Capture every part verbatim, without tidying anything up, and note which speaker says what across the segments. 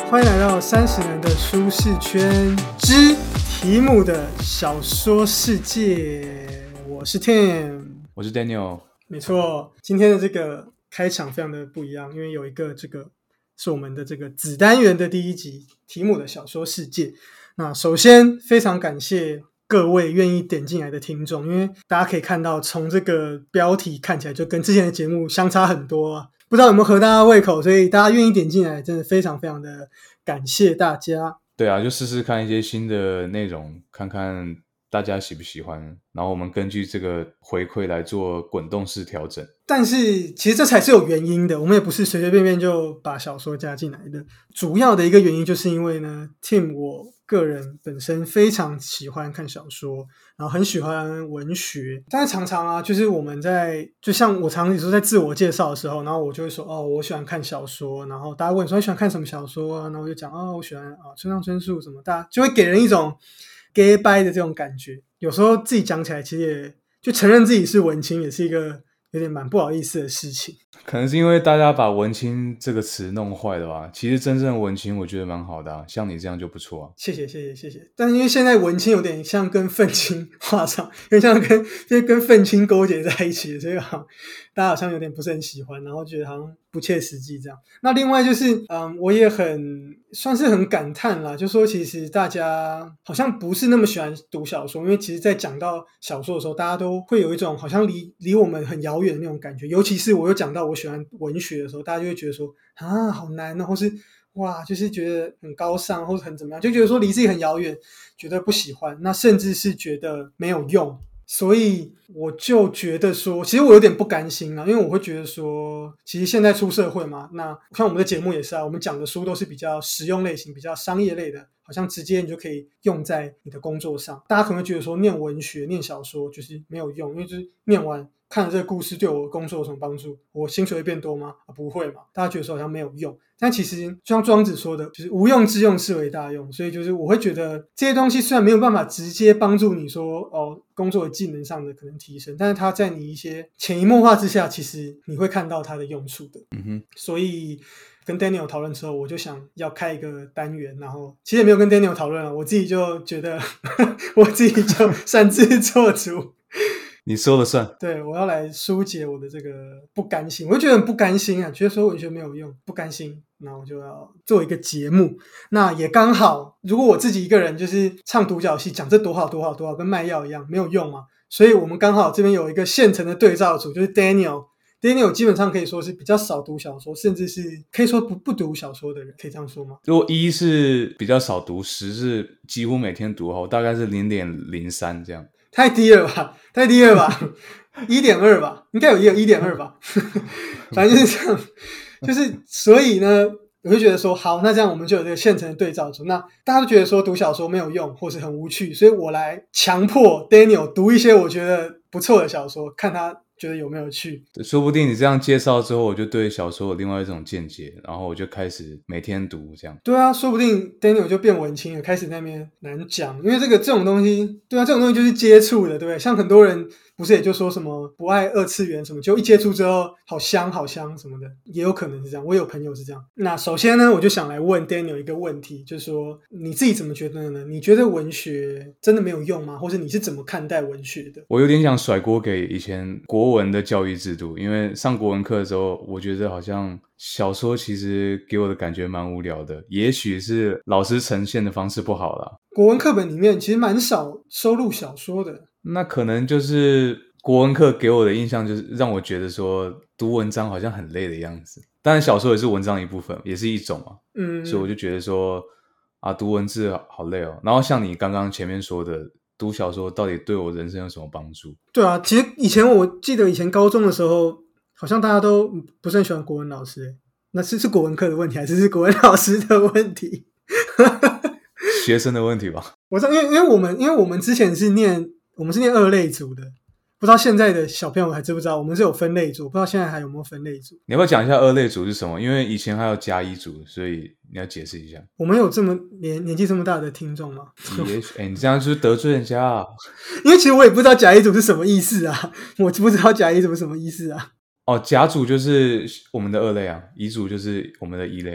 Speaker 1: 欢迎来到三十人的舒适圈之提姆的小说世界。我是 Tim，
Speaker 2: 我是 Daniel。
Speaker 1: 没错，今天的这个开场非常的不一样，因为有一个这个是我们的这个子单元的第一集，提姆的小说世界。那首先非常感谢各位愿意点进来的听众，因为大家可以看到从这个标题看起来就跟之前的节目相差很多啊，不知道有没有合大家胃口，所以大家愿意点进来真的非常非常的感谢大家。
Speaker 2: 对啊，就试试看一些新的内容，看看大家喜不喜欢，然后我们根据这个回馈来做滚动式调整。
Speaker 1: 但是其实这才是有原因的，我们也不是随随便便就把小说加进来的。主要的一个原因就是因为呢 Tim 我个人本身非常喜欢看小说，然后很喜欢文学，但是常常啊，就是我们在就像我常常说在自我介绍的时候，然后我就会说哦，我喜欢看小说，然后大家问说你喜欢看什么小说啊，然后我就讲哦，我喜欢啊村上春树什么，大家就会给人一种 gay 掰的这种感觉。有时候自己讲起来，其实也就承认自己是文青，也是一个有点蛮不好意思的事情。
Speaker 2: 可能是因为大家把文青这个词弄坏了吧，其实真正文青我觉得蛮好的啊，像你这样就不错啊。
Speaker 1: 谢谢谢谢谢谢。但是因为现在文青有点像跟愤青画上，有点像跟就跟愤青勾结在一起，所以好像大家好像有点不是很喜欢，然后觉得好像不切实际这样。那另外就是嗯，我也很算是很感叹啦，就说其实大家好像不是那么喜欢读小说，因为其实在讲到小说的时候，大家都会有一种好像离离我们很遥远的那种感觉，尤其是我有讲到我喜欢文学的时候，大家就会觉得说啊好难哦，或是哇就是觉得很高尚或者很怎么样，就觉得说离自己很遥远，觉得不喜欢，那甚至是觉得没有用。所以我就觉得说其实我有点不甘心啦，因为我会觉得说其实现在出社会嘛，那像我们的节目也是啊，我们讲的书都是比较实用类型比较商业类的，好像直接你就可以用在你的工作上。大家可能会觉得说念文学念小说就是没有用，因为就是念完看了这个故事对我的工作有什么帮助，我薪水会变多吗？啊，不会嘛，大家觉得说好像没有用。但其实就像庄子说的，就是无用之用视为大用，所以就是我会觉得这些东西虽然没有办法直接帮助你说哦工作的技能上的可能提升，但是它在你一些潜移默化之下，其实你会看到它的用处的。
Speaker 2: 嗯哼，
Speaker 1: 所以跟 Daniel 讨论之后，我就想要开一个单元，然后其实也没有跟 Daniel 讨论了，我自己就觉得我自己就擅自做主。
Speaker 2: 你说了算。
Speaker 1: 对，我要来疏解我的这个不甘心，我就觉得很不甘心啊，觉得说文学没有用，不甘心，那我就要做一个节目。那也刚好，如果我自己一个人就是唱独角戏，讲这多好多好多好，跟卖药一样没有用嘛，所以我们刚好这边有一个现成的对照组，就是 Daniel。Daniel 基本上可以说是比较少读小说，甚至是可以说不不读小说的人，可以这样说吗？
Speaker 2: 如果一是比较少读，十是几乎每天读后，大概是 零点零三 这样。
Speaker 1: 太低了吧，太低了吧一点二 吧，应该有也有 一点二 吧反正就是这样，就是所以呢我就觉得说好，那这样我们就有这个现成的对照组。那大家都觉得说读小说没有用或是很无趣，所以我来强迫 Daniel 读一些我觉得不错的小说，看他觉得有没有趣。
Speaker 2: 说不定你这样介绍之后，我就对小说有另外一种见解，然后我就开始每天读这样。
Speaker 1: 对啊，说不定 Daniel 就变文青了，开始在那边难讲，因为这个这种东西，对啊，这种东西就是接触的，对不对？像很多人不是也就说什么不爱二次元什么，就一接触之后好香好香什么的，也有可能是这样，我有朋友是这样。那首先呢，我就想来问 Daniel 一个问题，就是说你自己怎么觉得呢？你觉得文学真的没有用吗？或者你是怎么看待文学的？
Speaker 2: 我有点想甩锅给以前国文的教育制度，因为上国文课的时候，我觉得好像小说其实给我的感觉蛮无聊的，也许是老师呈现的方式不好啦。
Speaker 1: 国文课本里面其实蛮少收录小说的。
Speaker 2: 那可能就是国文课给我的印象就是让我觉得说读文章好像很累的样子，当然小说也是文章的一部分，也是一种嘛，嗯，所以我就觉得说啊，读文字好累哦。然后像你刚刚前面说的，读小说到底对我人生有什么帮助？
Speaker 1: 对啊，其实以前我记得以前高中的时候，好像大家都不是很喜欢国文老师，那是是国文课的问题，还是是国文老师的问题？
Speaker 2: 学生的问题吧。
Speaker 1: 我知道，因为因为我们因为我们之前是念我们是念二类组的，不知道现在的小朋友还知不知道，我们是有分类组，不知道现在还有没有分类组。
Speaker 2: 你要不要讲一下二类组是什么？因为以前还有甲乙组，所以你要解释一下。
Speaker 1: 我们有这么年年纪这么大的听众吗？
Speaker 2: 也许，哎，你这样就是得罪人家啊！
Speaker 1: 因为其实我也不知道甲乙组是什么意思啊，我不知道甲乙组是什么意思啊。
Speaker 2: 哦，甲组就是我们的二类啊，乙组就是我们的一类。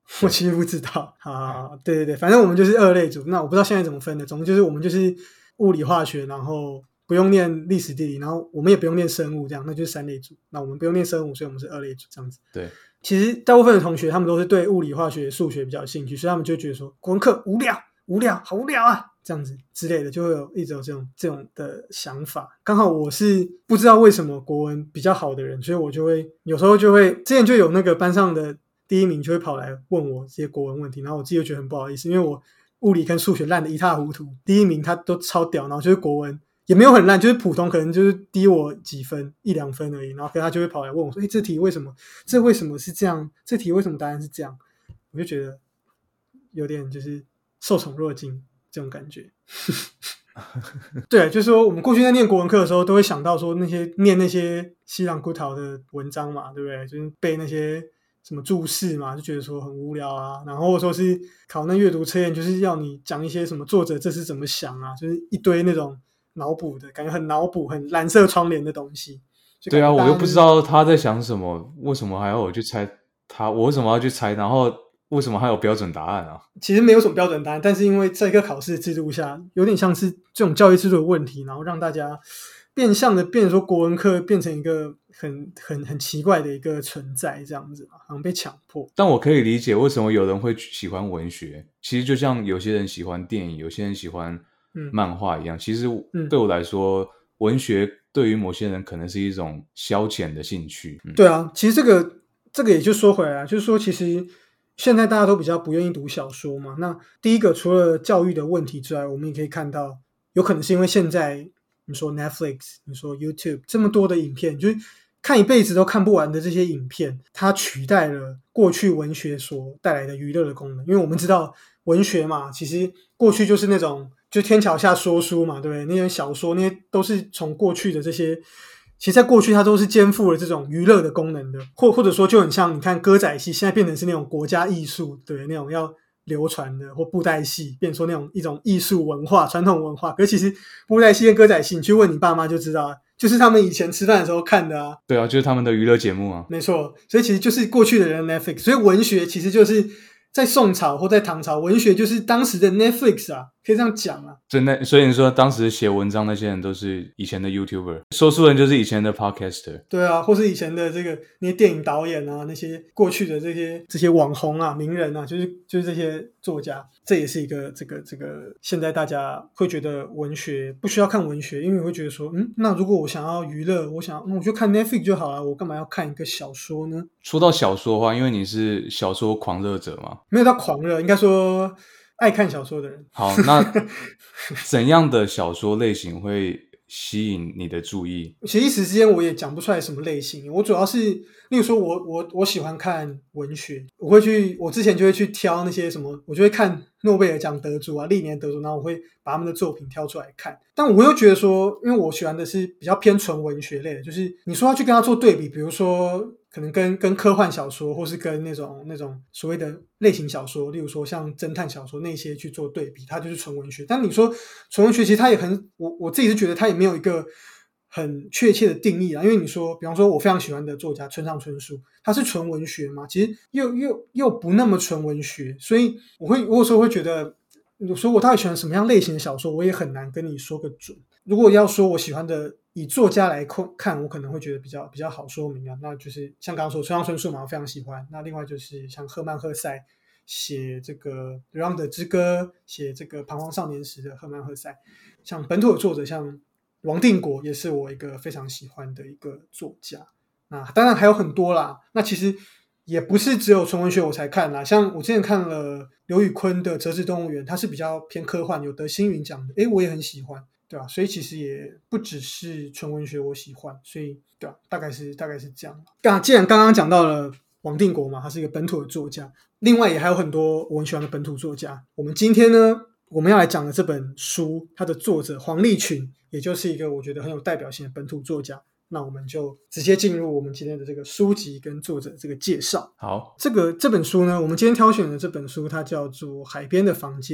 Speaker 1: 我其实不知道。好，对对对，反正我们就是二类组。那我不知道现在怎么分的，总之就是我们就是物理化学，然后不用念历史地理，然后我们也不用念生物，这样那就是三类组。那我们不用念生物，所以我们是二类组这样子。
Speaker 2: 对，
Speaker 1: 其实大部分的同学他们都是对物理化学数学比较有兴趣，所以他们就觉得说国文课无聊无聊好无聊啊，这样子之类的，就会有一直有这种这种的想法。刚好我是不知道为什么国文比较好的人，所以我就会有时候就会之前就有那个班上的第一名就会跑来问我这些国文问题，然后我自己就觉得很不好意思，因为我物理跟数学烂得一塌糊涂，第一名他都超屌，然后就是国文也没有很烂，就是普通，可能就是低我几分一两分而已，然后他就会跑来问我说，诶，这题为什么这为什么是这样，这题为什么答案是这样，我就觉得有点就是受宠若惊这种感觉。对，就是说我们过去在念国文课的时候都会想到说那些念那些西朗古陶的文章嘛，对不对？就是背那些什么注释嘛，就觉得说很无聊啊，然后说是考那阅读测验就是要你讲一些什么作者这是怎么想啊，就是一堆那种脑补的感觉，很脑补很蓝色窗帘的东西。
Speaker 2: 对啊，我又不知道他在想什么，为什么还要我去猜他？我为什么要去猜？然后为什么还有标准答案啊？
Speaker 1: 其实没有什么标准答案，但是因为在一个考试制度下，有点像是这种教育制度的问题，然后让大家变相的变成说国文课变成一个很很很奇怪的一个存在，这样子好像被强迫。
Speaker 2: 但我可以理解为什么有人会喜欢文学，其实就像有些人喜欢电影，有些人喜欢漫画一样。嗯、其实对我来说，嗯、文学对于某些人可能是一种消遣的兴趣。
Speaker 1: 嗯、对啊，其实这个这个也就说回来了，就是说其实现在大家都比较不愿意读小说嘛。那第一个除了教育的问题之外，我们也可以看到，有可能是因为现在你说 Netflix， 你说 YouTube 这么多的影片，就是看一辈子都看不完的这些影片，它取代了过去文学所带来的娱乐的功能。因为我们知道文学嘛，其实过去就是那种就天桥下说书嘛，对不对？那些小说那些都是从过去的这些，其实在过去它都是肩负了这种娱乐的功能的，或或者说就很像你看歌仔戏现在变成是那种国家艺术，对，那种要流传的，或布袋戏变成说那种一种艺术文化传统文化。可是其实布袋戏跟歌仔戏你去问你爸妈就知道了，就是他们以前吃饭的时候看的啊。
Speaker 2: 对啊，就是他们的娱乐节目啊。
Speaker 1: 没错，所以其实就是过去的人的 Netflix。所以文学其实就是在宋朝或在唐朝，文学就是当时的 Netflix 啊，可以这样讲啊。
Speaker 2: 所以你说当时写文章那些人都是以前的 YouTuber， 说书人就是以前的 Podcaster。
Speaker 1: 对啊，或是以前的这个那些电影导演啊，那些过去的这些这些网红啊、名人啊，就是就是这些作家。这也是一个这个这个现在大家会觉得文学不需要看文学，因为会觉得说，嗯，那如果我想要娱乐，我想那我就看 Netflix 就好了，我干嘛要看一个小说呢？
Speaker 2: 说到小说的话，因为你是小说狂热者嘛，
Speaker 1: 没有到狂热，应该说爱看小说的人。
Speaker 2: 好，那怎样的小说类型会吸引你的注意？
Speaker 1: 其实一时之间我也讲不出来什么类型，我主要是例如说我我我喜欢看文学，我会去我之前就会去挑那些什么，我就会看诺贝尔奖得主啊，历年得主，然后我会把他们的作品挑出来看。但我又觉得说，因为我喜欢的是比较偏纯文学类的，就是你说要去跟他做对比，比如说可能跟跟科幻小说，或是跟那种那种所谓的类型小说，例如说像侦探小说那些去做对比，它就是纯文学。但你说纯文学，其实它也很，我我自己是觉得它也没有一个很确切的定义啦。因为你说，比方说我非常喜欢的作家村上春树，他是纯文学嘛？其实又又又不那么纯文学，所以我会我有时候会觉得，有时候我到底喜欢什么样类型的小说，我也很难跟你说个准。如果要说我喜欢的，以作家来看，我可能会觉得比较比较好说明啊。那就是像刚刚说村上春树嘛，我非常喜欢。那另外就是像赫曼·赫塞写这个《流浪者之歌》，写这个《彷徨少年时》的赫曼·赫塞，像本土的作者像王定国也是我一个非常喜欢的一个作家。那当然还有很多啦。那其实也不是只有纯文学我才看啦，像我之前看了刘宇昆的《折纸动物园》，它是比较偏科幻，有得星云奖的，诶，我也很喜欢。对啊，所以其实也不只是纯文学我喜欢，所以对啊，大概是大概是这样。刚既然刚刚讲到了王定国嘛，他是一个本土的作家，另外也还有很多我很喜欢的本土作家。我们今天呢，我们要来讲的这本书，它的作者黄立群，也就是一个我觉得很有代表性的本土作家。那我们就直接进入我们今天的这个书籍跟作者这个介绍。
Speaker 2: 好，
Speaker 1: 这个这本书呢，我们今天挑选的这本书，它叫做《海边的房间》。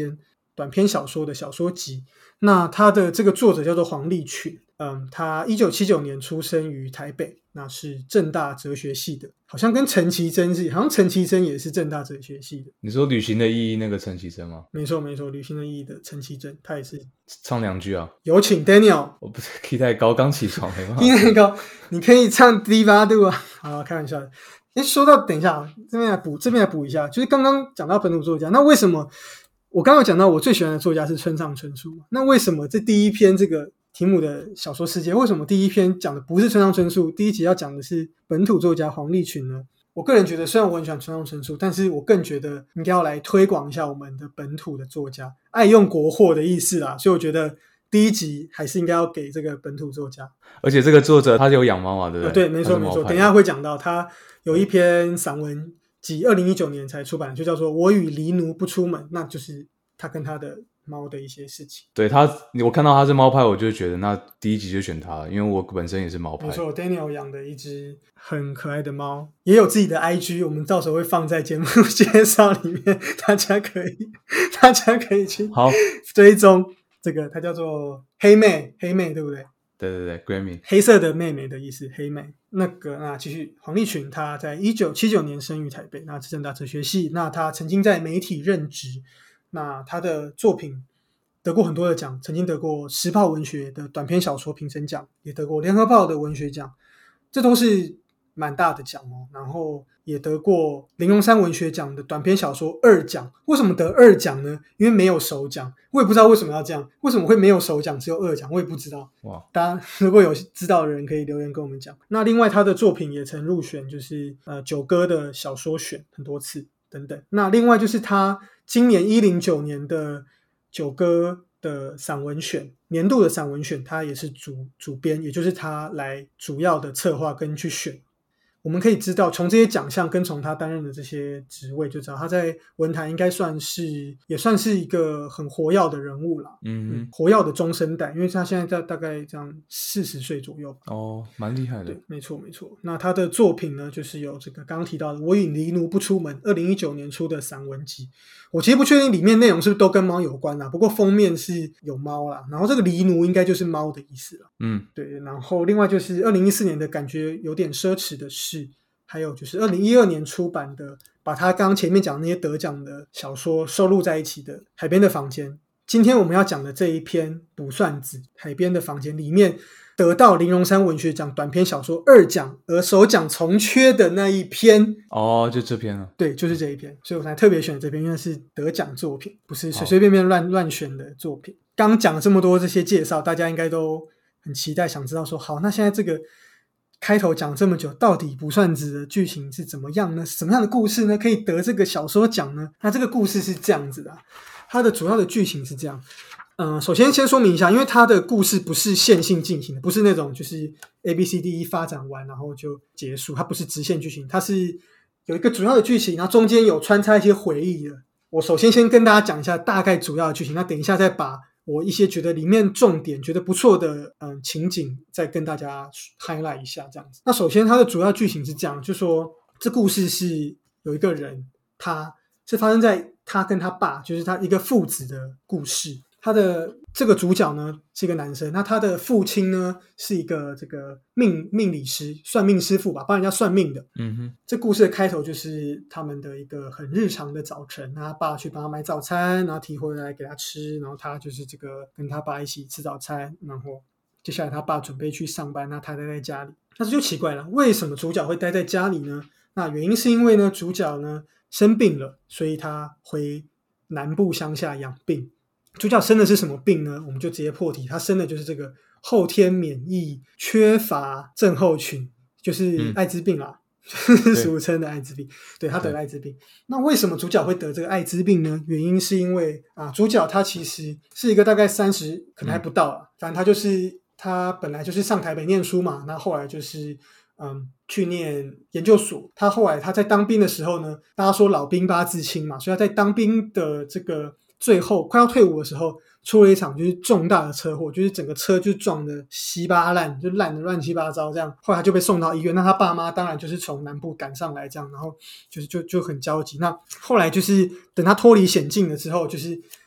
Speaker 1: 短篇小说的小说集。那他的这个作者叫做黄立群，嗯，他一九七九年出生于台北，那是政大哲学系的，好像跟陈绮贞是，好像陈绮贞也是政大哲学系的。
Speaker 2: 你说旅行的意义那个陈绮贞吗？
Speaker 1: 没错没错，旅行的意义的陈绮贞，他也是。
Speaker 2: 唱两句啊，
Speaker 1: 有请 Daniel。
Speaker 2: 我不是 key 太高，刚起床没办法
Speaker 1: key 太高，你可以唱低八度啊。好，开玩笑的。诶，说到，等一下这边来补这边来补一下，就是刚刚讲到本土作家，那为什么我刚刚有讲到我最喜欢的作家是村上春树，那为什么这第一篇这个提姆的小说世界，为什么第一篇讲的不是村上春树，第一集要讲的是本土作家黄立群呢？我个人觉得，虽然我很喜欢村上春树，但是我更觉得应该要来推广一下我们的本土的作家，爱用国货的意思啦，所以我觉得第一集还是应该要给这个本土作家。
Speaker 2: 而且这个作者他有养猫嘛，对不对？
Speaker 1: 呃、对，没错没错，等一下会讲到他有一篇散文集二零一九年才出版，就叫做《我与狸奴不出门》，那就是他跟他的猫的一些事情。
Speaker 2: 对他，我看到他是猫派，我就觉得那第一集就选他，因为我本身也是猫派。
Speaker 1: 没错 ，Daniel 养的一只很可爱的猫，也有自己的 I G， 我们到时候会放在节目介绍里面，大家可以大家可以去
Speaker 2: 好
Speaker 1: 追踪这个，它叫做黑妹，黑妹对不对？
Speaker 2: 对对对 Grammy
Speaker 1: 黑色的妹妹的意思，黑妹。那个那继续，黄立群他在一九七九年生于台北，那是政大哲学系，那他曾经在媒体任职，那他的作品得过很多的奖，曾经得过时报文学的短篇小说评审奖，也得过联合报的文学奖，这都是蛮大的奖哦。然后也得过林荣山文学奖的短篇小说二奖。为什么得二奖呢？因为没有首奖，我也不知道为什么要这样，为什么会没有首奖只有二奖，我也不知道。哇，大家如果有知道的人可以留言跟我们讲。那另外他的作品也曾入选就是呃九歌的小说选很多次等等。那另外就是他今年一零九年的九歌的散文选，年度的散文选，他也是主主编，也就是他来主要的策划跟去选。我们可以知道从这些奖项跟从他担任的这些职位就知道他在文坛应该算是也算是一个很活跃的人物啦。嗯, 嗯活跃的中生代，因为他现在在大概这样四十岁左右。
Speaker 2: 哦，蛮厉害的。
Speaker 1: 对，没错没错。那他的作品呢，就是有这个刚刚提到的《我与狸奴不出门》，二零一九年出的散文集。我其实不确定里面内容是不是都跟猫有关啦，不过封面是有猫啦，然后这个狸奴应该就是猫的意思啦。嗯，对。然后另外就是二零一四年的感觉有点奢侈的事，还有就是二零一二年出版的把他刚刚前面讲的那些得奖的小说收录在一起的《海边的房间》。今天我们要讲的这一篇《卜算子海边的房间》里面得到林荣山文学奖短篇小说二奖，而首奖从缺的那一篇。
Speaker 2: 哦，就这篇了。
Speaker 1: 对，就是这一篇，所以我才特别选这篇，因为是得奖作品，不是随随便便乱乱选的作品。刚讲了这么多这些介绍，大家应该都很期待，想知道说，好，那现在这个开头讲这么久，到底卜算子的剧情是怎么样呢？是什么样的故事呢？可以得这个小说奖呢？那这个故事是这样子的、啊，它的主要的剧情是这样。嗯、呃，首先先说明一下，因为它的故事不是线性进行的，不是那种就是 A B C D E 发展完然后就结束，它不是直线剧情，它是有一个主要的剧情，然后中间有穿插一些回忆的。我首先先跟大家讲一下大概主要的剧情，那等一下再把我一些觉得里面重点觉得不错的嗯情景再跟大家 highlight 一下这样子。那首先它的主要剧情是这样，就说这故事是有一个人，他是发生在他跟他爸，就是他一个父子的故事。他的这个主角呢是一个男生，那他的父亲呢是一个这个命命理师，算命师傅吧，帮人家算命的。嗯哼，这故事的开头就是他们的一个很日常的早晨，他爸去帮他买早餐，然后提回来给他吃，然后他就是这个跟他爸一起吃早餐，然后接下来他爸准备去上班，那他待在家里。那这就奇怪了，为什么主角会待在家里呢？那原因是因为呢主角呢生病了，所以他回南部乡下养病。主角生的是什么病呢？我们就直接破题，他生的就是这个后天免疫缺乏症候群，就是艾滋病啦，嗯、俗称的艾滋病。对，他得了艾滋病。那为什么主角会得这个艾滋病呢？原因是因为啊，主角他其实是一个大概三十，可能还不到啊、嗯，反正他就是他本来就是上台北念书嘛，那后来就是嗯去念研究所。他后来他在当兵的时候呢，大家说老兵八字轻嘛，所以他在当兵的这个最后快要退伍的时候，出了一场就是重大的车祸，就是整个车就撞得稀巴烂，就烂得乱七八糟这样。后来他就被送到医院，那他爸妈当然就是从南部赶上来这样，然后就是就就很焦急。那后来就是等他脱离险境了之后，就是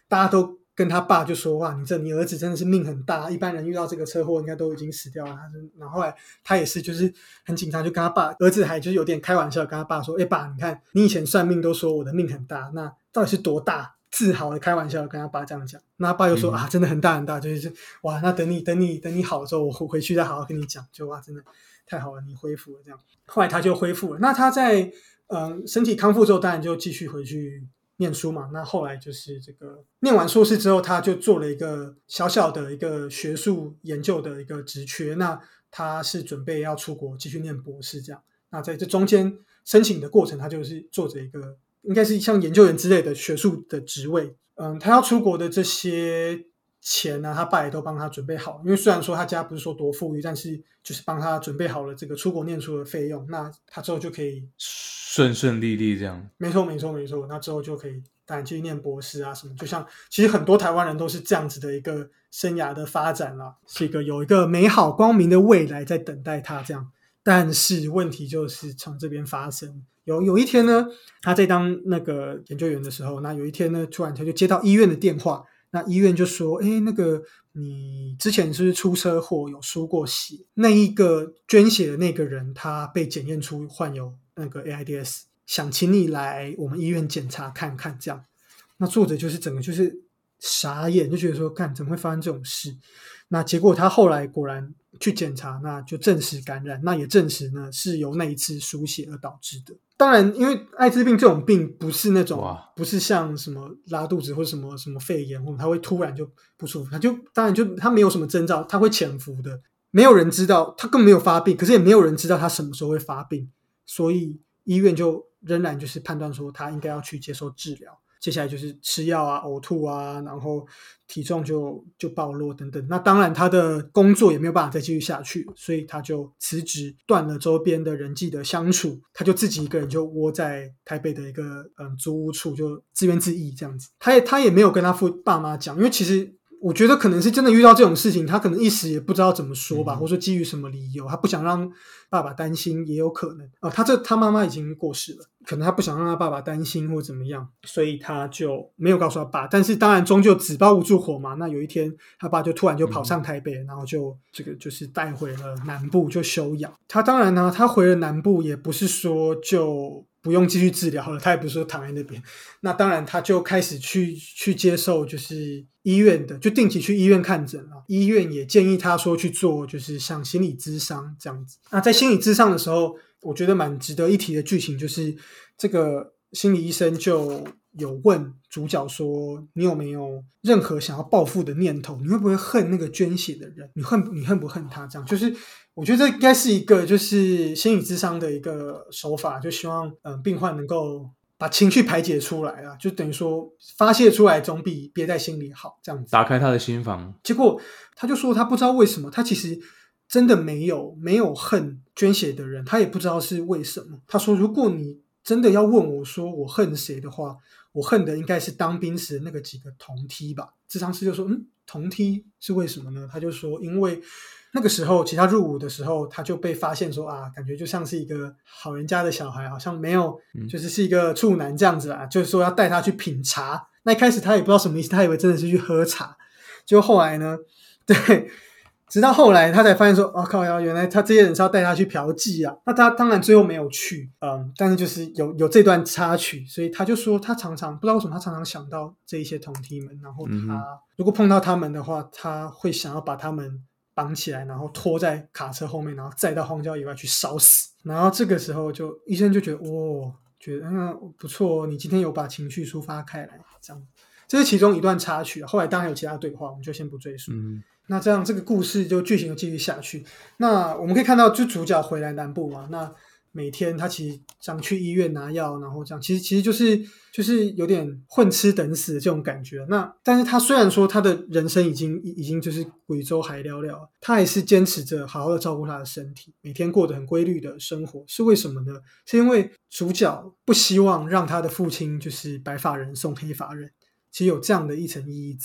Speaker 1: 大家都跟他爸就说，哇，你这你儿子真的是命很大，一般人遇到这个车祸应该都已经死掉了。然后后来他也是就是很紧张，就跟他爸，儿子还就是有点开玩笑跟他爸说，哎爸，你看你以前算命都说我的命很大，那到底是多大？自豪的开玩笑跟他爸这样讲，那他爸又说、嗯、啊，真的很大很大，就是哇，那等你等你等你好了之后，我回去再好好跟你讲，就哇，真的太好了，你恢复了这样。后来他就恢复了，那他在嗯、呃、身体康复之后，当然就继续回去念书嘛。那后来就是这个念完硕士之后，他就做了一个小小的一个学术研究的一个职缺，那他是准备要出国继续念博士这样。那在这中间申请的过程，他就是做着一个应该是像研究员之类的学术的职位。嗯，他要出国的这些钱呢、啊，他爸也都帮他准备好，因为虽然说他家不是说多富裕，但是就是帮他准备好了这个出国念书的费用，那他之后就可以
Speaker 2: 顺顺利利这样。
Speaker 1: 没错没错没错，那之后就可以当然继续念博士啊什么，就像其实很多台湾人都是这样子的一个生涯的发展啦，是一个有一个美好光明的未来在等待他这样。但是问题就是从这边发生，有有一天呢，他在当那个研究员的时候，那有一天呢，突然他就接到医院的电话，那医院就说，诶，那个你之前是不是出车祸有输过血？那一个捐血的那个人，他被检验出患有那个 A I D S， 想请你来我们医院检查看看这样。那作者就是整个就是傻眼，就觉得说，干怎么会发生这种事？那结果他后来果然去检查，那就证实感染，那也证实呢是由那一次输血而导致的。当然因为艾滋病这种病不是那种不是像什么拉肚子或什么什么肺炎，或者他会突然就不舒服，他就当然就他没有什么征兆，他会潜伏的，没有人知道，他根本没有发病，可是也没有人知道他什么时候会发病，所以医院就仍然就是判断说他应该要去接受治疗。接下来就是吃药啊、呕吐啊，然后体重就就暴露等等。那当然他的工作也没有办法再继续下去，所以他就辞职，断了周边的人际的相处，他就自己一个人就窝在台北的一个嗯租屋处，就自怨自艾这样子。他也他也没有跟他父爸妈讲，因为其实我觉得可能是真的遇到这种事情，他可能一时也不知道怎么说吧，嗯、或者说基于什么理由，他不想让爸爸担心，也有可能啊、呃。他这他妈妈已经过世了，可能他不想让他爸爸担心或怎么样，所以他就没有告诉他爸。但是当然终究纸包不住火嘛，那有一天他爸就突然就跑上台北，嗯、然后就这个就是带回了南部就休养。他当然呢，他回了南部也不是说就不用继续治疗了，他也不是说躺在那边。那当然他就开始去去接受就是医院的，就定期去医院看诊了。医院也建议他说去做就是像心理咨商这样子。那在心理咨商的时候，我觉得蛮值得一提的剧情就是这个心理医生就有问主角说，你有没有任何想要报复的念头？你会不会恨那个捐血的人？你恨你恨不恨他？这样就是我觉得这应该是一个就是心理咨商的一个手法，就希望嗯病患能够把情绪排解出来啊，就等于说发泄出来总比憋在心里好，这样子
Speaker 2: 打开他的心房。
Speaker 1: 结果他就说他不知道为什么，他其实真的没有没有恨捐血的人，他也不知道是为什么。他说如果你真的要问我说我恨谁的话，我恨的应该是当兵时的那个几个同梯吧。咨商师就说嗯，同梯是为什么呢？他就说因为那个时候其实他入伍的时候他就被发现说啊，感觉就像是一个好人家的小孩，好像没有就是是一个处男这样子啦，就是说要带他去品茶。那一开始他也不知道什么意思，他以为真的是去喝茶，就后来呢对直到后来他才发现说，哦靠呀，原来他这些人是要带他去嫖妓啊。那他当然最后没有去，嗯，但是就是有有这段插曲，所以他就说他常常不知道为什么他常常想到这一些同梯们，然后他、嗯、如果碰到他们的话，他会想要把他们绑起来，然后拖在卡车后面，然后载到荒郊野外去烧死。然后这个时候就医生就觉得哇，觉得嗯不错，你今天有把情绪抒发开来，这样。这是其中一段插曲，后来当然有其他对话，我们就先不赘述。嗯，那这样这个故事就剧情就继续下去。那我们可以看到，就主角回来南部嘛，那每天他其实想去医院拿药，然后这样，其实其实就是就是有点混吃等死的这种感觉。那但是他虽然说他的人生已经已经就是贵州海寥寥，他还是坚持着好好的照顾他的身体，每天过得很规律的生活。是为什么呢？是因为主角不希望让他的父亲就是白发人送黑发人。其实有这样的一层意义在，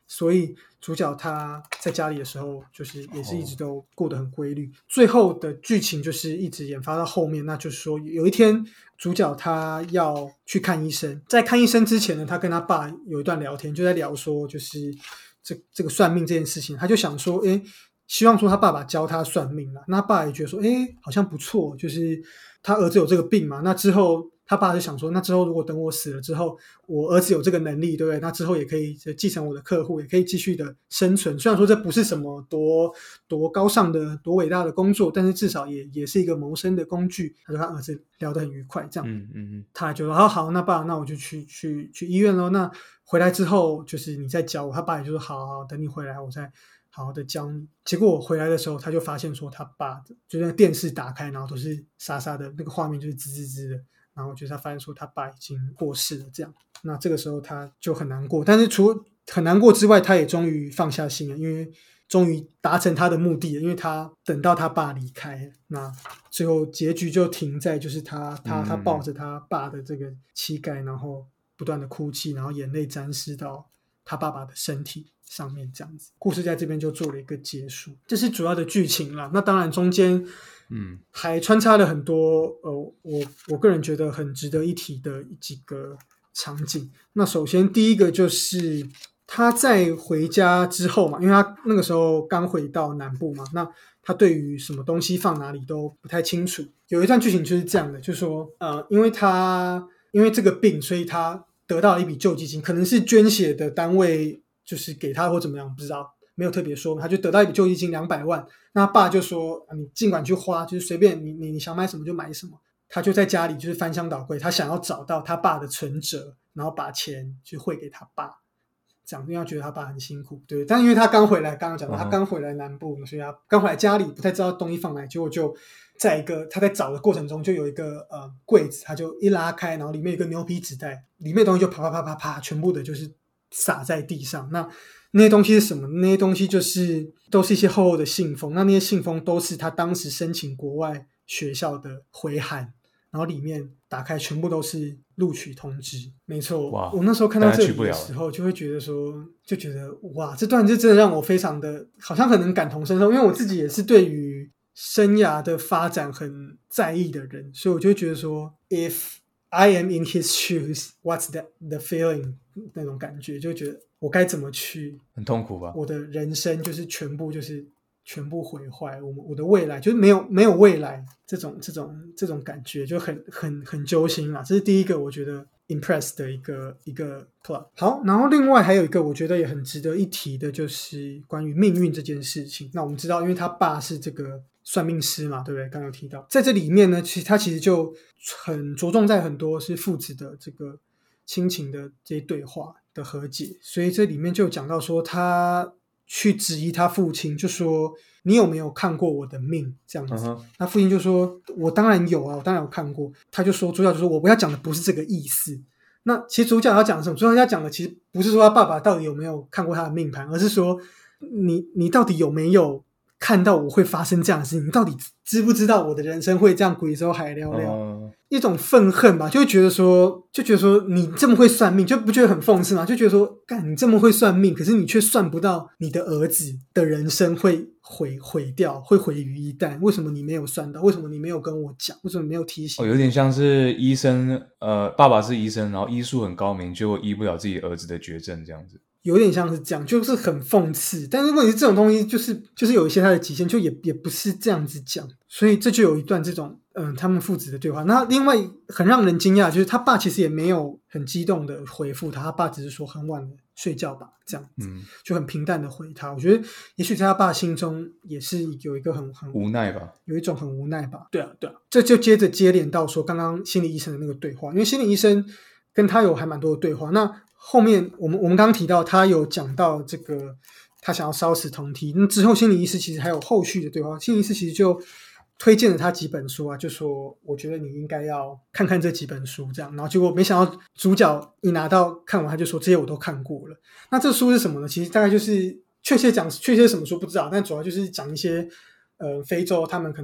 Speaker 1: 所以主角他在家里的时候就是也是一直都过得很规律、哦、最后的剧情就是一直研发到后面，那就是说有一天主角他要去看医生，在看医生之前呢，他跟他爸有一段聊天，就在聊说就是这这个算命这件事情，他就想说诶希望说他爸爸教他算命啦，那他爸也觉得说诶好像不错，就是他儿子有这个病嘛，那之后他爸就想说那之后如果等我死了之后我儿子有这个能力对不对，那之后也可以继承我的客户，也可以继续的生存，虽然说这不是什么多多高尚的多伟大的工作，但是至少也也是一个谋生的工具，他说他儿子聊得很愉快这样，嗯嗯嗯，他就说好好那爸那我就去去去医院咯，那回来之后就是你再教我，他爸也就说好好等你回来我再好好的教你。结果我回来的时候他就发现说他爸就那个电视打开然后都是沙沙的那个画面就是滋滋滋的，然后就是他发现说他爸已经过世了这样，那这个时候他就很难过，但是除很难过之外他也终于放下心了，因为终于达成他的目的了，因为他等到他爸离开，那最后结局就停在就是他他他抱着他爸的这个膝盖，然后不断的哭泣，然后眼泪沾湿到他爸爸的身体上面这样子，故事在这边就做了一个结束，这是主要的剧情啦。那当然中间嗯，还穿插了很多呃，我我个人觉得很值得一提的几个场景。那首先第一个就是他在回家之后嘛，因为他那个时候刚回到南部嘛，那他对于什么东西放哪里都不太清楚。有一段剧情就是这样的，就是说呃，因为他因为这个病，所以他得到了一笔救济金，可能是捐血的单位就是给他或怎么样，不知道。没有特别说，他就得到一笔救济金两百万，那他爸就说你尽管去花，就是随便你你你想买什么就买什么。他就在家里就是翻箱倒柜，他想要找到他爸的存折，然后把钱去汇给他爸，这样因为他觉得他爸很辛苦，对。但因为他刚回来，刚刚讲到他刚回来南部，所以他刚回来家里不太知道东西放哪，结果就在一个他在找的过程中就有一个呃柜子，他就一拉开，然后里面有一个牛皮纸袋，里面的东西就啪啪啪啪啪全部的就是洒在地上。那那些东西是什么？那些东西就是都是一些厚厚的信封，那那些信封都是他当时申请国外学校的回函，然后里面打开全部都是录取通知。没错，我那时候看到这里的时候就会觉得说就觉得哇，这段就真的让我非常的好像很能感同身受，因为我自己也是对于生涯的发展很在意的人，所以我就会觉得说 if I am in his shoes what's the, the feeling 那种感觉，就觉得我该怎么去，
Speaker 2: 很痛苦吧，
Speaker 1: 我的人生就是全部就是全部毁坏，我我的未来就是没有没有未来，这种这种这种感觉就很很很揪心啦。这是第一个我觉得 impress 的一个一个 plot。 好，然后另外还有一个我觉得也很值得一提的就是关于命运这件事情。那我们知道因为他爸是这个算命师嘛，对不对？刚刚有提到在这里面呢，其实他其实就很着重在很多是父子的这个亲情的这些对话的和解，所以这里面就讲到说他去质疑他父亲，就说你有没有看过我的命这样子、uh-huh. 那父亲就说我当然有啊，我当然有看过。他就说主角就说我要讲的不是这个意思。那其实主角要讲的什么？主角要讲的其实不是说他爸爸到底有没有看过他的命盘，而是说你你到底有没有看到我会发生这样的事情，你到底知不知道我的人生会这样鬼走海寥寥、uh-huh. 一种愤恨吧，就会觉得说就觉得说你这么会算命，就不觉得很讽刺吗？就觉得说干你这么会算命，可是你却算不到你的儿子的人生会毁毁掉，会毁于一旦，为什么你没有算到？为什么你没有跟我讲？为什么没有提醒、
Speaker 2: 哦、有点像是医生呃，爸爸是医生，然后医术很高明，结果医不了自己儿子的绝症这样子，
Speaker 1: 有点像是这样，就是很讽刺。但是问题是这种东西就是就是有一些它的极限，就也也不是这样子讲，所以这就有一段这种嗯他们父子的对话。那另外很让人惊讶就是他爸其实也没有很激动的回复他，他爸只是说很晚了睡觉吧这样子、嗯、就很平淡的回他。我觉得也许在他爸心中也是有一个很很
Speaker 2: 无奈吧，
Speaker 1: 有一种很无奈吧。对啊对啊，这就接着接连到说刚刚心理医生的那个对话，因为心理医生跟他有还蛮多的对话。那后面我们我们刚刚提到他有讲到这个他想要烧死同梯，那之后心理医师其实还有后续的对话，心理医师其实就推荐了他几本书啊，就说我觉得你应该要看看这几本书这样。然后结果没想到主角一拿到看完他就说这些我都看过了。那这书是什么呢？其实大概就是确切讲确切什么书不知道，但主要就是讲一些呃非洲他们可能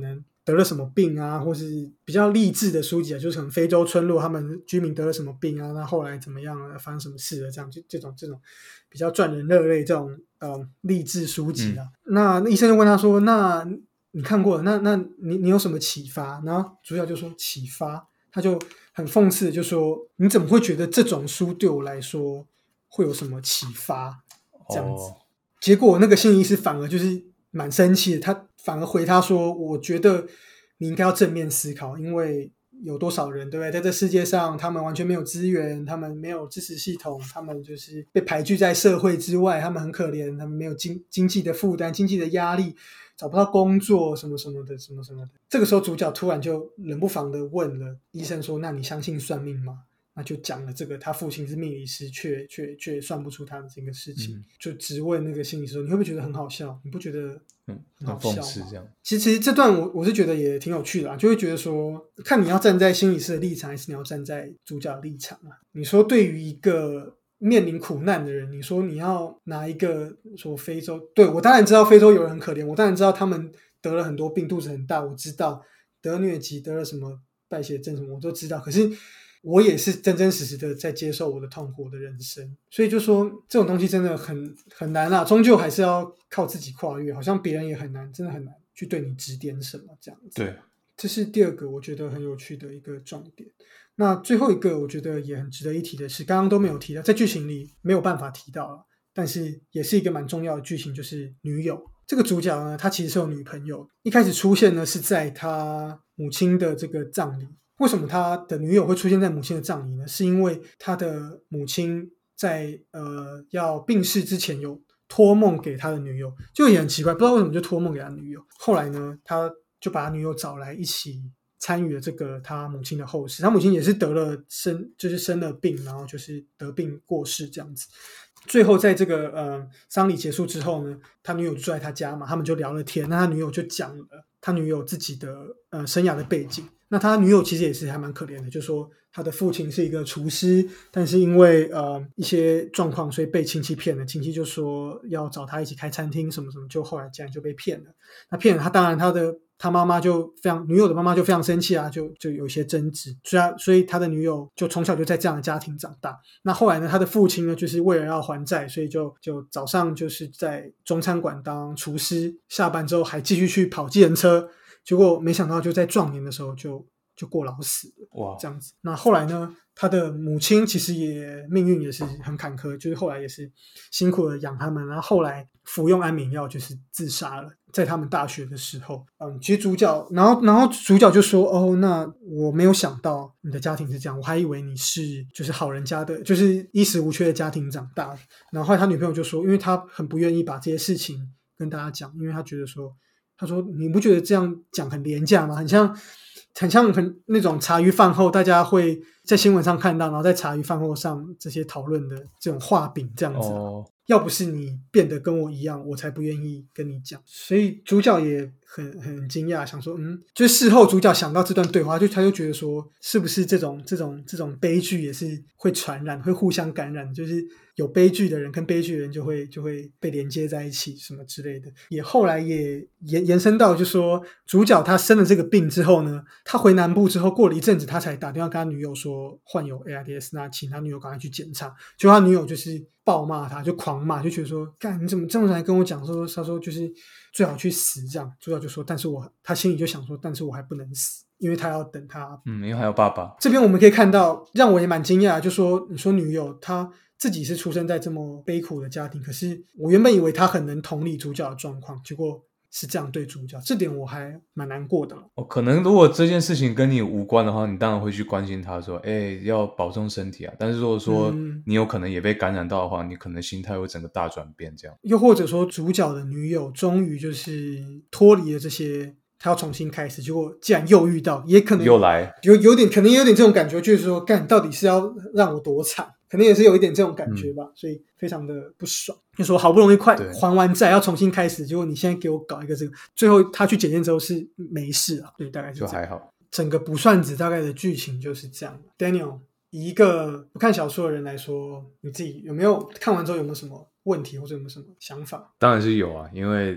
Speaker 1: 得了什么病啊，或是比较励志的书籍啊，就是可能非洲村落他们居民得了什么病啊，那后来怎么样了，发生什么事了，这样就这种这种比较赚人热泪这种呃励志书籍啊。嗯、那医生就问他说：“那你看过了，那那你你有什么启发？”然后主角就说：“启发。”他就很讽刺的就说：“你怎么会觉得这种书对我来说会有什么启发？”这样子，哦、结果那个心理医师反而就是蛮生气的，他反而回他说：“我觉得你应该要正面思考，因为有多少人，对不对？在这世界上，他们完全没有资源，他们没有支持系统，他们就是被排拒在社会之外，他们很可怜，他们没有经经济的负担、经济的压力。”找不到工作什么什么的什么什么的，这个时候主角突然就冷不防的问了医生说：“那你相信算命吗？”那就讲了这个他父亲是命理师，却却却算不出他的这个事情，嗯、就只问那个心理师说：“你会不会觉得很好笑？你不觉得很好笑吗？”嗯、很讽刺这样。其实这段我我是觉得也挺有趣的啦，就会觉得说，看你要站在心理师的立场，还是你要站在主角的立场啊？你说对于一个面临苦难的人，你说你要拿一个说非洲，对，我当然知道非洲有人很可怜，我当然知道他们得了很多病，肚子很大，我知道得疟疾，得了什么败血症什么我都知道，可是我也是真真实实的在接受我的痛苦，我的人生，所以就说这种东西真的很很难啊，终究还是要靠自己跨越，好像别人也很难，真的很难去对你指点什么这样子。
Speaker 2: 对，
Speaker 1: 这是第二个我觉得很有趣的一个重点。那最后一个我觉得也很值得一提的是，刚刚都没有提到，在剧情里没有办法提到了，但是也是一个蛮重要的剧情，就是女友。这个主角呢，他其实是有女朋友，一开始出现呢是在他母亲的这个葬礼。为什么他的女友会出现在母亲的葬礼呢？是因为他的母亲在呃要病逝之前有托梦给他的女友，就也很奇怪，不知道为什么就托梦给他女友。后来呢，他就把他女友找来一起参与了这个他母亲的后事。他母亲也是得了生，就是生了病，然后就是得病过世这样子。最后在这个呃丧礼结束之后呢，他女友就住在他家嘛，他们就聊了天。那他女友就讲了他女友自己的呃生涯的背景。那他女友其实也是还蛮可怜的，就说他的父亲是一个厨师，但是因为呃一些状况，所以被亲戚骗了。亲戚就说要找他一起开餐厅什么什么，就后来竟然就被骗了。那骗了他，当然他的他妈妈就非常，女友的妈妈就非常生气啊，就就有一些争执。所以他所以他的女友就从小就在这样的家庭长大。那后来呢，他的父亲呢，就是为了要还债，所以就就早上就是在中餐馆当厨师，下班之后还继续去跑计程车。结果没想到就在壮年的时候就就过劳死了，哇，这样子。那后来呢，他的母亲其实也命运也是很坎坷，就是后来也是辛苦的养他们，然后后来服用安眠药就是自杀了，在他们大学的时候。嗯，其实主角，然后然后主角就说：“哦，那我没有想到你的家庭是这样，我还以为你是就是好人家的，就是衣食无缺的家庭长大的。”然后后来他女朋友就说，因为他很不愿意把这些事情跟大家讲，因为他觉得说。他说：“你不觉得这样讲很廉价吗？很像，很像很那种茶余饭后大家会在新闻上看到，然后在茶余饭后上这些讨论的这种画饼这样子、啊。Oh. 要不是你变得跟我一样，我才不愿意跟你讲。”所以主角也很很惊讶，想说，嗯，就是事后主角想到这段对话，就他就觉得说，是不是这种这种这种悲剧也是会传染，会互相感染，就是。有悲剧的人跟悲剧的人就会就会被连接在一起什么之类的。也后来也延延伸到就说主角他生了这个病之后呢，他回南部之后过了一阵子他才打电话跟他女友说患有 A I D S， 那请他女友赶快去检查。就他女友就是暴骂他，就狂骂，就觉得说干你怎么这么才跟我讲说，他说就是最好去死这样。主角就说但是我他心里就想说但是我还不能死，因为他要等他
Speaker 2: 嗯，因为还有爸爸。
Speaker 1: 这边我们可以看到让我也蛮惊讶，就说你说女友她自己是出生在这么悲苦的家庭，可是我原本以为他很能同理主角的状况，结果是这样对主角，这点我还蛮难过的。
Speaker 2: 哦，可能如果这件事情跟你无关的话，你当然会去关心他说，哎，要保重身体啊。但是如果说你有可能也被感染到的话，嗯、你可能心态会整个大转变这样。
Speaker 1: 又或者说主角的女友终于就是脱离了这些。他要重新开始，结果既然又遇到，也可能
Speaker 2: 又来，
Speaker 1: 有有点，可能有点这种感觉，就是说，干到底是要让我多惨，可能也是有一点这种感觉吧，嗯、所以非常的不爽。就说好不容易快还完债，要重新开始，结果你现在给我搞一个这个，最后他去检验之后是没事啊，对，大概是这样
Speaker 2: 就还好。
Speaker 1: 整个不算子大概的剧情就是这样。Daniel， 以一个不看小说的人来说，你自己有没有看完之后有没有什么问题或者有没有什么想法？
Speaker 2: 当然是有啊，因为。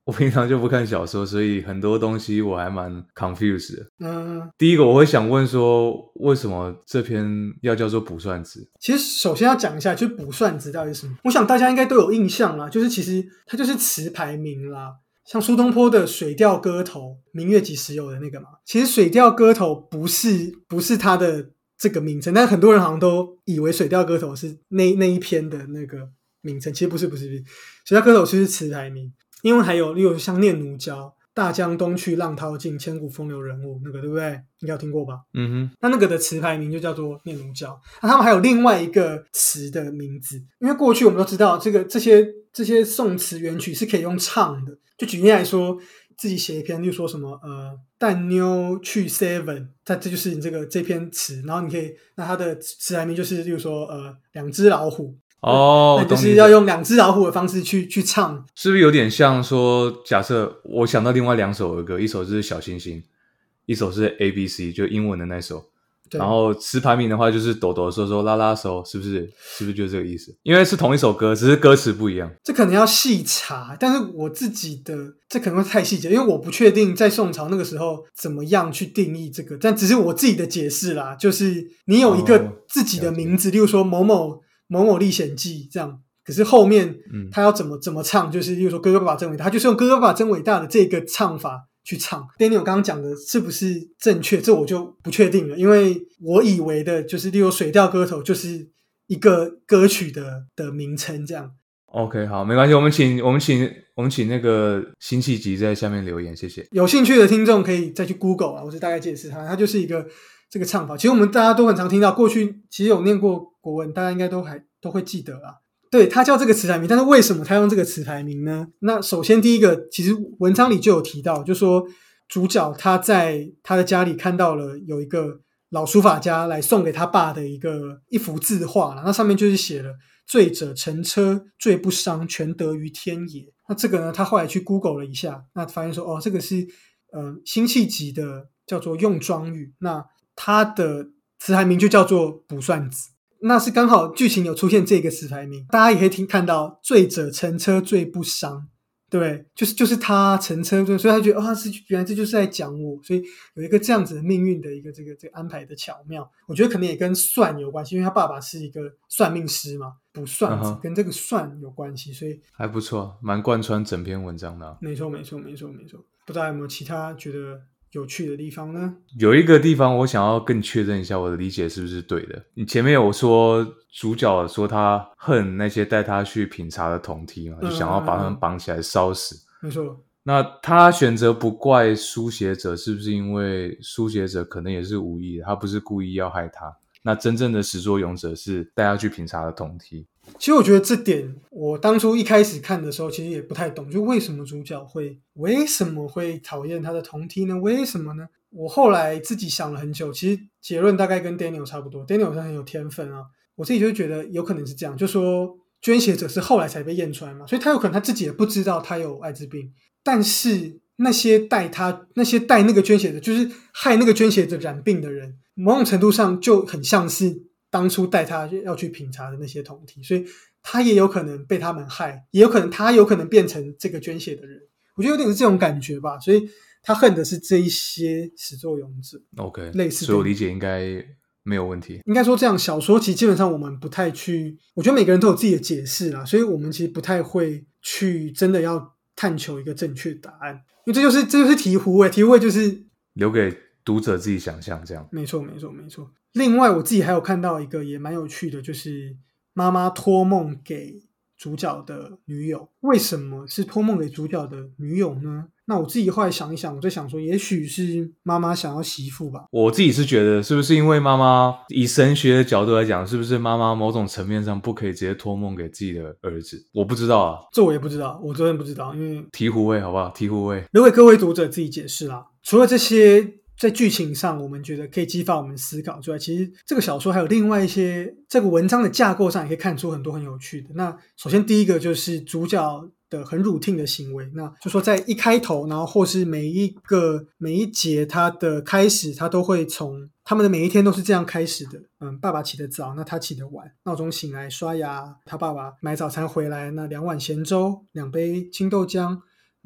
Speaker 2: 我平常就不看小说，所以很多东西我还蛮 confused 的。
Speaker 1: 嗯，
Speaker 2: 第一个我会想问说，为什么这篇要叫做卜算子？
Speaker 1: 其实首先要讲一下，就是卜算子到底是什么。我想大家应该都有印象啦，就是其实它就是词牌名啦。像苏东坡的《水调歌头》，明月几时有的那个嘛，其实《水调歌头》不是不是它的这个名称，但很多人好像都以为《水调歌头》是那那一篇的那个名称，其实不是不是不是，《水调歌头》是词牌名。因为还有例如像念奴娇，大江东去浪淘尽，千古风流人物，那个对不对？应该有听过吧？
Speaker 2: 嗯哼，
Speaker 1: 那那个的词牌名就叫做念奴娇。那他们还有另外一个词的名字，因为过去我们都知道这个这些这些宋词元曲是可以用唱的。就举例来说，自己写一篇，就说什么呃淡妞去 seven， 它这就是你这个这篇词，然后你可以那它的词牌名就是，例如说呃两只老虎。
Speaker 2: 哦，
Speaker 1: 那就是要用两只老虎的方式去去唱，
Speaker 2: 是不是有点像说，假设我想到另外两首歌，一首是小星星，一首是 A B C， 就英文的那首。然后词牌名的话就是抖抖嗦嗦拉拉手，是不是？是不是就是这个意思？因为是同一首歌，只是歌词不一样。
Speaker 1: 这可能要细查，但是我自己的这可能会太细节，因为我不确定在宋朝那个时候怎么样去定义这个，但只是我自己的解释啦，就是你有一个自己的名字，哦、例如说某某。某某历险记这样，可是后面他要怎么、嗯、怎么唱，就是例如说哥哥爸爸真伟大，他就是用哥哥爸爸真伟大的这个唱法去唱。Daniel 刚刚讲的是不是正确？这我就不确定了，因为我以为的就是例如水调歌头就是一个歌曲的的名称这样。
Speaker 2: OK， 好，没关系，我们请我们请我们请那个辛弃疾在下面留言，谢谢。
Speaker 1: 有兴趣的听众可以再去 Google 啊，我是大概解释它，它就是一个这个唱法。其实我们大家都很常听到，过去其实有念过国文，大家应该都还都会记得啦。对，他叫这个词牌名，但是为什么他用这个词牌名呢？那首先第一个，其实文章里就有提到，就说主角他在他的家里看到了有一个老书法家来送给他爸的一个一幅字画，那上面就是写了醉者乘车醉不伤，全得于天也。那这个呢，他后来去 Google 了一下，那发现说哦，这个是呃辛弃疾的叫做用庄语，那他的词牌名就叫做卜算子。那是刚好剧情有出现这个词牌名，大家也可以听看到醉者乘车醉不伤，对不对？就是就是他乘车，所以他觉得啊、哦，是原来这就是在讲我，所以有一个这样子的命运的一个这个这个安排的巧妙，我觉得可能也跟算有关系，因为他爸爸是一个算命师嘛，卜算子跟这个算有关系，所以
Speaker 2: 还不错，蛮贯穿整篇文章的、啊。
Speaker 1: 没错，没错，没错，没错。不知道有没有其他觉得有趣的地方呢？
Speaker 2: 有一个地方我想要更确认一下我的理解是不是对的。你前面有说主角说他恨那些带他去品茶的同梯嘛，就想要把他们绑起来烧死。
Speaker 1: 没错。
Speaker 2: 那他选择不怪书写者，是不是因为书写者可能也是无意的，他不是故意要害他？那真正的始作俑者是带他去品茶的同梯。
Speaker 1: 其实我觉得这点我当初一开始看的时候其实也不太懂，就为什么主角会为什么会讨厌他的同梯呢？为什么呢？我后来自己想了很久，其实结论大概跟 Daniel 差不多。 Daniel 是很有天分啊，我自己就觉得有可能是这样，就说捐血者是后来才被验出来嘛，所以他有可能他自己也不知道他有艾滋病，但是那些带他那些带那个捐血者，就是害那个捐血者染病的人，某种程度上就很像是当初带他要去品茶的那些同梯，所以他也有可能被他们害，也有可能他有可能变成这个捐血的人，我觉得有点是这种感觉吧，所以他恨的是这一些始作俑者。
Speaker 2: OK，
Speaker 1: 类似，
Speaker 2: 所以我理解应该没有问题。
Speaker 1: 应该说这样，小说其实基本上我们不太去，我觉得每个人都有自己的解释啦，所以我们其实不太会去真的要探求一个正确答案，因为这就是这就是醍醐味，醍醐味就是
Speaker 2: 留给读者自己想象这样。
Speaker 1: 没错没错没错。另外我自己还有看到一个也蛮有趣的，就是妈妈托梦给主角的女友。为什么是托梦给主角的女友呢？那我自己后来想一想，我在想说也许是妈妈想要媳妇吧。
Speaker 2: 我自己是觉得是不是因为妈妈以神学的角度来讲，是不是妈妈某种层面上不可以直接托梦给自己的儿子？我不知道啊，
Speaker 1: 这我也不知道，我真的不知道，因为
Speaker 2: 醍醐味好不好？醍醐味
Speaker 1: 留给各位读者自己解释啦。除了这些在剧情上我们觉得可以激发我们思考之外，其实这个小说还有另外一些这个文章的架构上也可以看出很多很有趣的。那首先第一个就是主角的很 routine 的行为，那就说在一开头，然后或是每一个每一节它的开始，它都会从他们的每一天都是这样开始的。嗯，爸爸起得早，那他起得晚，闹钟醒来刷牙，他爸爸买早餐回来，那两碗咸粥，两杯青豆浆，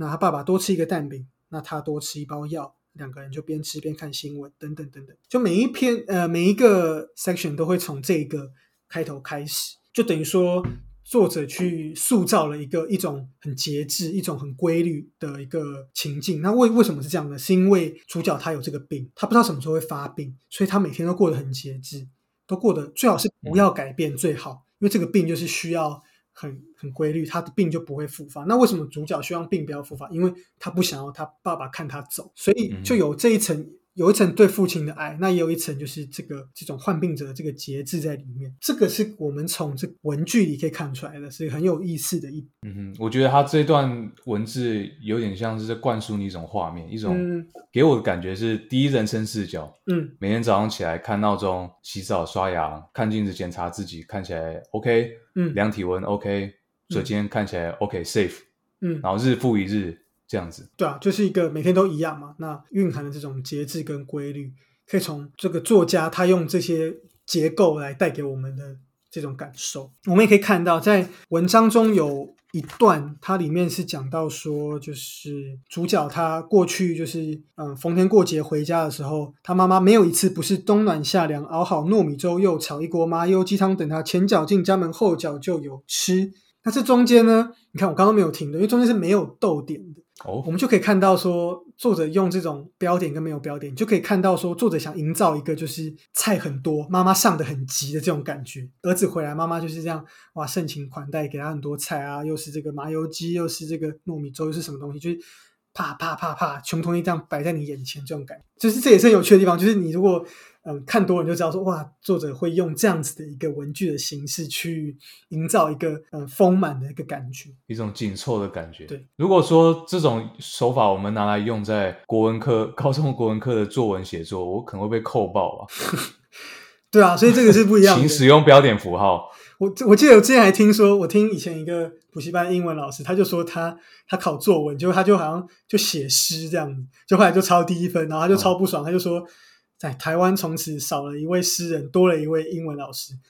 Speaker 1: 那他爸爸多吃一个蛋饼，那他多吃一包药，两个人就边吃边看新闻等等等等，就每一篇呃每一个 section 都会从这个开头开始，就等于说作者去塑造了一个一种很节制一种很规律的一个情境。那为为什么是这样呢？是因为主角他有这个病，他不知道什么时候会发病，所以他每天都过得很节制，都过得最好是不要改变最好，因为这个病就是需要很很规律，他的病就不会复发。那为什么主角希望病不要复发？因为他不想要他爸爸看他走，所以就有这一层，有一层对父亲的爱，那也有一层就是这个这种患病者的这个节制在里面。这个是我们从这文句里可以看出来的，是很有意思的一
Speaker 2: 嗯哼，我觉得他这段文字有点像是在灌输你一种画面，一种、嗯、给我的感觉是第一人称视角。
Speaker 1: 嗯，
Speaker 2: 每天早上起来看闹钟、洗澡、刷牙，看镜子检查自己看起来 OK， 嗯，量体温 OK， 所以今天看起来 OK safe， 嗯，然后日复一日这样子。
Speaker 1: 对啊，就是一个每天都一样嘛，那蕴含的这种节制跟规律，可以从这个作家他用这些结构来带给我们的这种感受。我们也可以看到在文章中有一段，它里面是讲到说，就是主角他过去就是嗯逢天过节回家的时候，他妈妈没有一次不是冬暖夏凉，熬好糯米粥，又炒一锅麻油鸡汤，等他前脚进家门，后脚就有吃。那这中间呢，你看我刚刚没有停的，因为中间是没有逗点的。哦，我们就可以看到说作者用这种标点跟没有标点，就可以看到说作者想营造一个就是菜很多，妈妈上得很急的这种感觉。儿子回来，妈妈就是这样哇盛情款待，给他很多菜啊，又是这个麻油鸡，又是这个糯米粥，又是什么东西，就是啪啪啪啪穷东西这样摆在你眼前，这种感觉就是这也是很有趣的地方。就是你如果嗯看多了，你就知道说哇，作者会用这样子的一个文句的形式去营造一个嗯丰满的一个感觉，
Speaker 2: 一种紧凑的感觉。
Speaker 1: 对，
Speaker 2: 如果说这种手法我们拿来用在国文课、高中国文课的作文写作，我可能会被扣爆啊。
Speaker 1: 对啊，所以这个是不一样的。
Speaker 2: 请使用标点符号。
Speaker 1: 我我记得我之前还听说，我听以前一个补习班英文老师，他就说他他考作文，就他就好像就写诗这样子，就后来就超低分，然后他就超不爽，哦、他就说在台湾从此少了一位诗人，多了一位英文老师。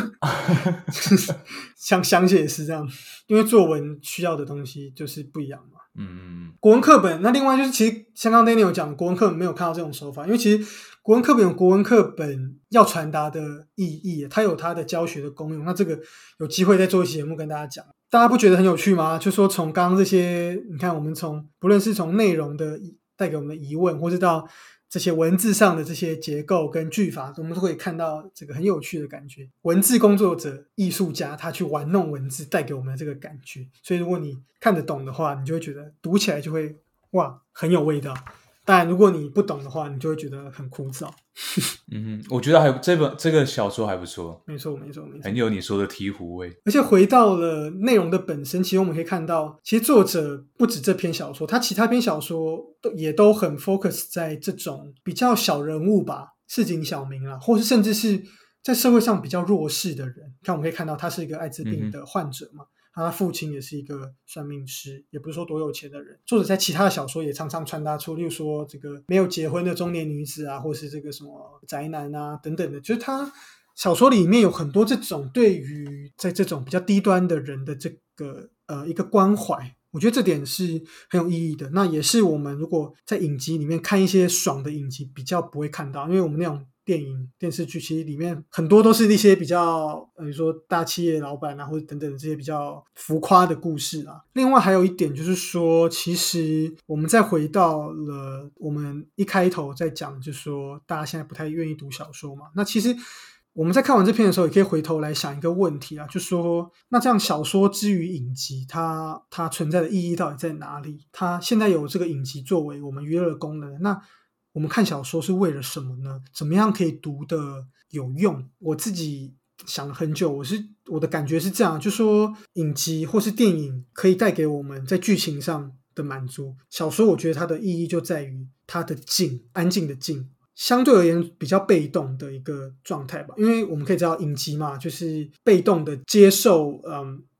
Speaker 1: 像想写诗这样，因为作文需要的东西就是不一样嘛。嗯，国文课本那另外就是其实像刚刚 Daniel 讲，国文课本没有看到这种手法，因为其实国文课本有国文课本要传达的意义，它有它的教学的功用。那这个有机会再做一期节目跟大家讲，大家不觉得很有趣吗？就说从刚刚这些，你看我们从不论是从内容的带给我们的疑问，或是到这些文字上的这些结构跟句法，我们都可以看到这个很有趣的感觉。文字工作者、艺术家，他去玩弄文字，带给我们的这个感觉。所以如果你看得懂的话，你就会觉得读起来就会哇很有味道。当然，如果你不懂的话，你就会觉得很枯燥。
Speaker 2: 嗯哼，我觉得还这本这个小说还不错，
Speaker 1: 没错没错没错，
Speaker 2: 很有你说的醍醐味。
Speaker 1: 而且回到了内容的本身，其实我们可以看到，其实作者不止这篇小说，他其他篇小说也都很 focus 在这种比较小人物吧，市井小民啦，或是甚至是在社会上比较弱势的人。看我们可以看到，他是一个艾滋病的患者嘛。嗯，他父亲也是一个算命师，也不是说多有钱的人。作者在其他的小说也常常传达出，例如说这个没有结婚的中年女子啊，或是这个什么宅男啊等等的，就是他小说里面有很多这种对于在这种比较低端的人的这个呃一个关怀。我觉得这点是很有意义的。那也是我们如果在影集里面看一些爽的影集比较不会看到，因为我们那种电影电视剧其实里面很多都是一些比较比如说大企业老板啊或者等等的这些比较浮夸的故事啊。另外还有一点就是说，其实我们再回到了我们一开头在讲，就是说大家现在不太愿意读小说嘛，那其实我们在看完这篇的时候也可以回头来想一个问题啊，就说那这样小说之于影集，它它存在的意义到底在哪里？它现在有这个影集作为我们娱乐的功能，那我们看小说是为了什么呢？怎么样可以读得有用？我自己想了很久，我是我的感觉是这样，就说影集或是电影可以带给我们在剧情上的满足，小说我觉得它的意义就在于它的静，安静的静，相对而言比较被动的一个状态吧。因为我们可以知道影集嘛，就是被动的接受嗯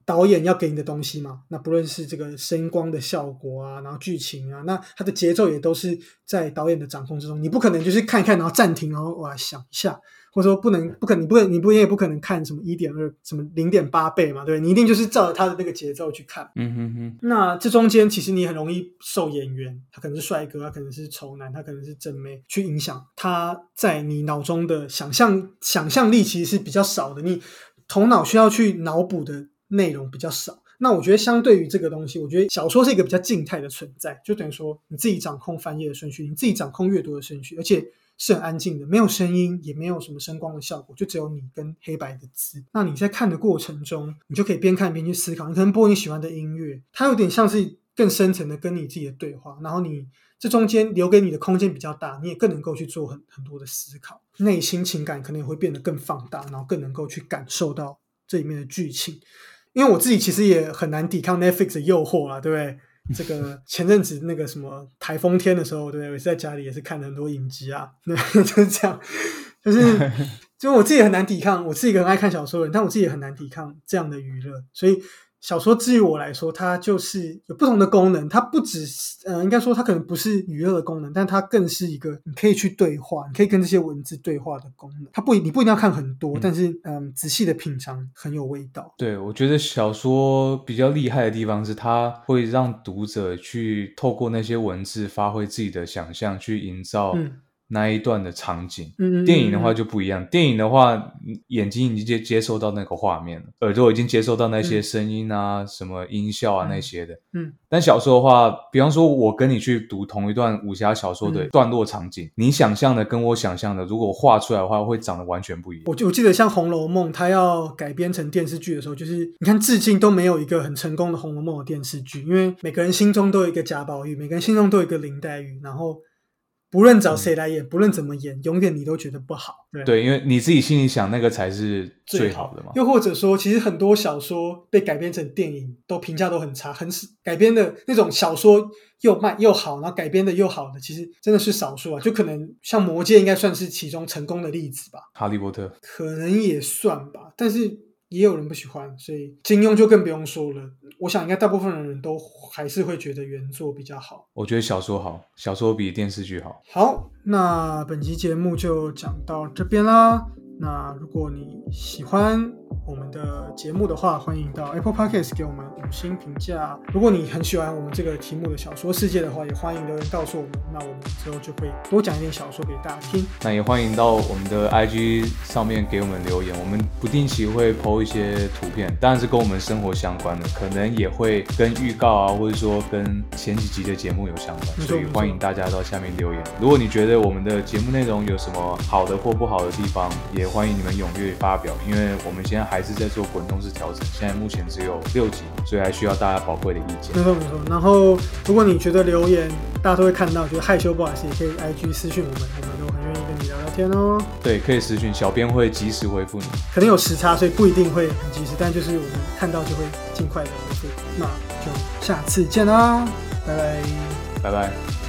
Speaker 1: 导演要给你的东西嘛，那不论是这个声光的效果啊，然后剧情啊，那它的节奏也都是在导演的掌控之中，你不可能就是看一看然后暂停，然后哇想一下，或者说不能不可能你不能你不也不可能看什么 一点二 什么 零点八 倍嘛，对不对？你一定就是照着他的那个节奏去看。
Speaker 2: 嗯哼哼。
Speaker 1: 那这中间其实你很容易受演员，他可能是帅哥，他可能是丑男，他可能是正妹去影响，他在你脑中的想象想象力其实是比较少的，你头脑需要去脑补的内容比较少。那我觉得相对于这个东西，我觉得小说是一个比较静态的存在，就等于说你自己掌控翻页的顺序，你自己掌控阅读的顺序，而且是很安静的，没有声音，也没有什么声光的效果，就只有你跟黑白的字。那你在看的过程中，你就可以边看边去思考，你可能播你喜欢的音乐，它有点像是更深层的跟你自己的对话，然后你这中间留给你的空间比较大，你也更能够去做很很多的思考，内心情感可能也会变得更放大，然后更能够去感受到这里面的剧情。因为我自己其实也很难抵抗 Netflix 的诱惑啦，对不对？这个前阵子那个什么台风天的时候，对不对？我在家里也是看了很多影集啊，对，就是这样，就是就我自己也很难抵抗，我是一个很爱看小说的人，但我自己也很难抵抗这样的娱乐，所以小说至于我来说，它就是有不同的功能，它不只是呃，应该说它可能不是娱乐的功能，但它更是一个你可以去对话，你可以跟这些文字对话的功能。它不你不一定要看很多，嗯、但是嗯，仔细的品尝很有味道。
Speaker 2: 对，我觉得小说比较厉害的地方是，它会让读者去透过那些文字发挥自己的想象，去营造、嗯。那一段的场景。嗯，电影的话就不一样，电影的话眼睛已经接接受到那个画面了，耳朵已经接受到那些声音啊、嗯、什么音效啊、嗯、那些的。嗯，但小说的话，比方说我跟你去读同一段武侠小说的段落场景、嗯、你想象的跟我想象的如果画出来的话会长得完全不一样。
Speaker 1: 我我记得像《红楼梦》它要改编成电视剧的时候，就是你看至今都没有一个很成功的《红楼梦》的电视剧，因为每个人心中都有一个贾宝玉，每个人心中都有一个林黛玉，然后不论找谁来演、嗯、不论怎么演，永远你都觉得不好。 对,
Speaker 2: 对，因为你自己心里想那个才是最好的嘛。
Speaker 1: 又或者说其实很多小说被改编成电影都评价都很差，很改编的那种小说又卖又好，然后改编的又好的其实真的是少数啊，就可能像魔戒应该算是其中成功的例子吧，
Speaker 2: 哈利波特
Speaker 1: 可能也算吧，但是也有人不喜欢，所以金庸就更不用说了。我想应该大部分的人都还是会觉得原作比较好。
Speaker 2: 我觉得小说好，小说比电视剧好。
Speaker 1: 好，那本期节目就讲到这边啦。那如果你喜欢我们的节目的话，欢迎到 Apple Podcast 给我们五星评价。如果你很喜欢我们这个题目的小说世界的话，也欢迎留言告诉我们，那我们之后就会多讲一点小说给大家听。
Speaker 2: 那也欢迎到我们的 I G 上面给我们留言，我们不定期会 po 一些图片，当然是跟我们生活相关的，可能也会跟预告啊，或者说跟前几集的节目有相关，所以欢迎大家到下面留言。如果你觉得我们的节目内容有什么好的或不好的地方，也欢迎你们踊跃发表，因为我们现在还是在做滚动式调整，现在目前只有六集，所以还需要大家宝贵的意见。
Speaker 1: 没错没错。然后如果你觉得留言大家都会看到，觉得害羞不好意思，也可以 I G 私讯我们，我们都很愿意跟你聊聊天哦。
Speaker 2: 对，可以私讯，小编会及时回复你。
Speaker 1: 可能有时差，所以不一定会很及时，但就是我们看到就会尽快的回复。那就下次见啦，拜拜，
Speaker 2: 拜拜。